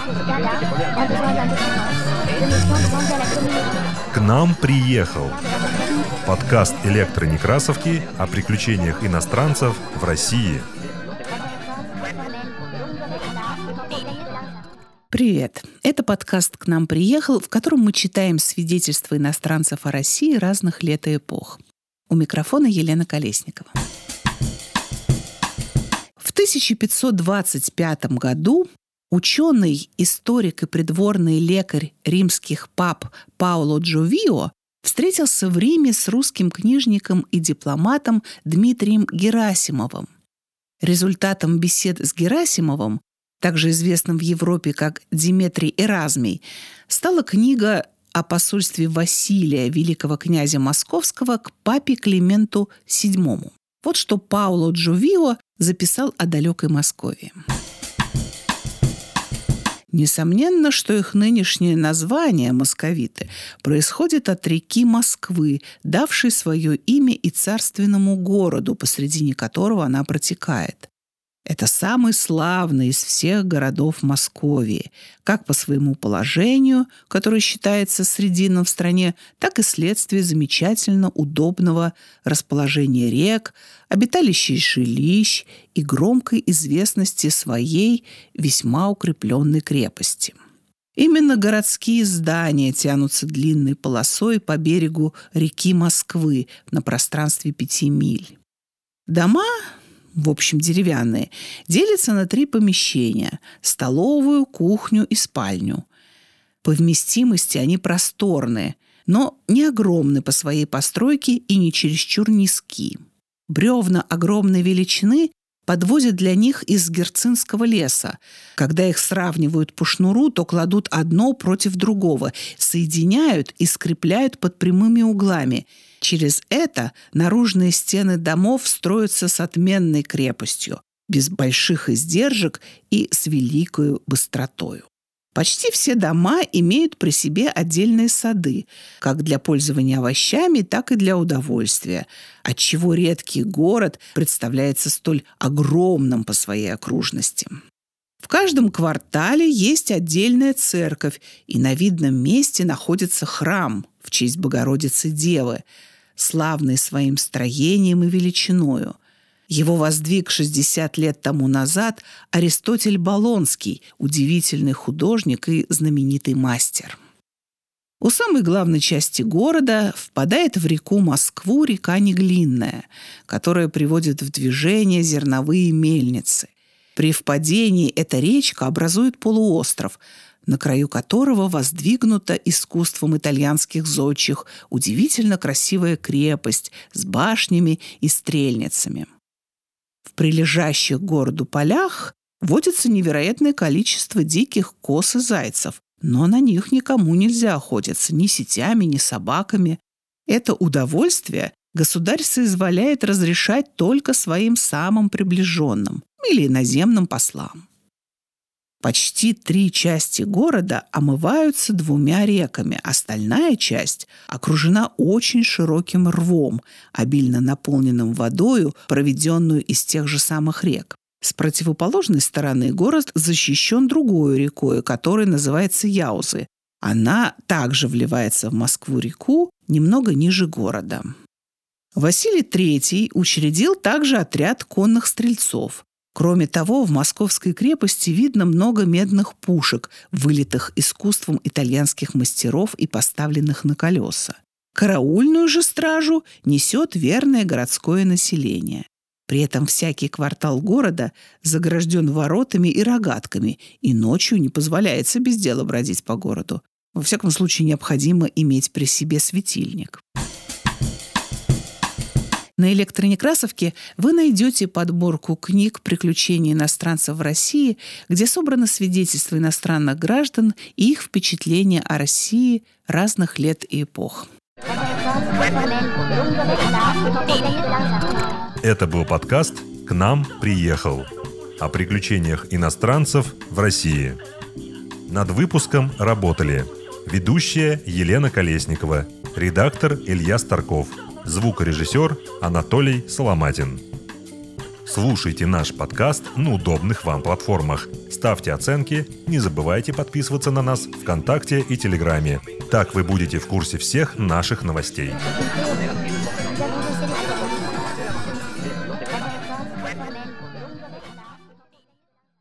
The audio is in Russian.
К нам приехал подкаст электронекрасовки о приключениях иностранцев в России. Привет! Это подкаст «К нам приехал», в котором мы читаем свидетельства иностранцев о России разных лет и эпох. У микрофона Елена Колесникова. В 1525 году ученый, историк и придворный лекарь римских пап Паоло Джовио встретился в Риме с русским книжником и дипломатом Дмитрием Герасимовым. Результатом бесед с Герасимовым, также известным в Европе как Диметрий Эразмий, стала книга о посольстве Василия, великого князя Московского, к папе Клименту VII. Вот что Паоло Джовио записал о далекой Московии. Несомненно, что их нынешнее название «московиты» происходит от реки Москвы, давшей свое имя и царственному городу, посредине которого она протекает. Это самый славный из всех городов Московии, как по своему положению, которое считается срединным в стране, так и вследствие замечательно удобного расположения рек, обиталища и жилищ и громкой известности своей весьма укрепленной крепости. Именно городские здания тянутся длинной полосой по берегу реки Москвы на пространстве 5 миль. Дома, в общем, деревянные, делятся на 3 помещения – столовую, кухню и спальню. По вместимости они просторные, но не огромны по своей постройке и не чересчур низки. Бревна огромной величины подвозят для них из герцинского леса. Когда их сравнивают по шнуру, то кладут одно против другого, соединяют и скрепляют под прямыми углами. Через это наружные стены домов строятся с отменной крепостью, без больших издержек и с великою быстротою. Почти все дома имеют при себе отдельные сады, как для пользования овощами, так и для удовольствия, отчего редкий город представляется столь огромным по своей окружности. В каждом квартале есть отдельная церковь, и на видном месте находится храм в честь Богородицы Девы, славный своим строением и величиною. Его воздвиг 60 лет тому назад Аристотель Болонский, удивительный художник и знаменитый мастер. У самой главной части города впадает в реку Москву река Неглинная, которая приводит в движение зерновые мельницы. При впадении эта речка образует полуостров, на краю которого воздвигнута искусством итальянских зодчих удивительно красивая крепость с башнями и стрельницами. В прилежащих к городу полях водится невероятное количество диких коз и зайцев, но на них никому нельзя охотиться ни сетями, ни собаками. Это удовольствие государь соизволяет разрешать только своим самым приближенным или иноземным послам. Почти 3 части города омываются 2 реками, остальная часть окружена очень широким рвом, обильно наполненным водою, проведенную из тех же самых рек. С противоположной стороны город защищен другой рекой, которая называется Яузы. Она также вливается в Москву-реку немного ниже города. Василий III учредил также отряд конных стрельцов. Кроме того, в Московской крепости видно много медных пушек, вылитых искусством итальянских мастеров и поставленных на колеса. Караульную же стражу несет верное городское население. При этом всякий квартал города загражден воротами и рогатками, и ночью не позволяется без дела бродить по городу. Во всяком случае, необходимо иметь при себе светильник. На электронекрасовке вы найдете подборку книг «Приключения иностранцев в России», где собраны свидетельства иностранных граждан и их впечатления о России разных лет и эпох. Это был подкаст «К нам приехал» о приключениях иностранцев в России. Над выпуском работали ведущая Елена Колесникова, редактор Илья Старков, звукорежиссер Анатолий Соломатин. Слушайте наш подкаст на удобных вам платформах. Ставьте оценки, не забывайте подписываться на нас ВКонтакте и Телеграме. Так вы будете в курсе всех наших новостей.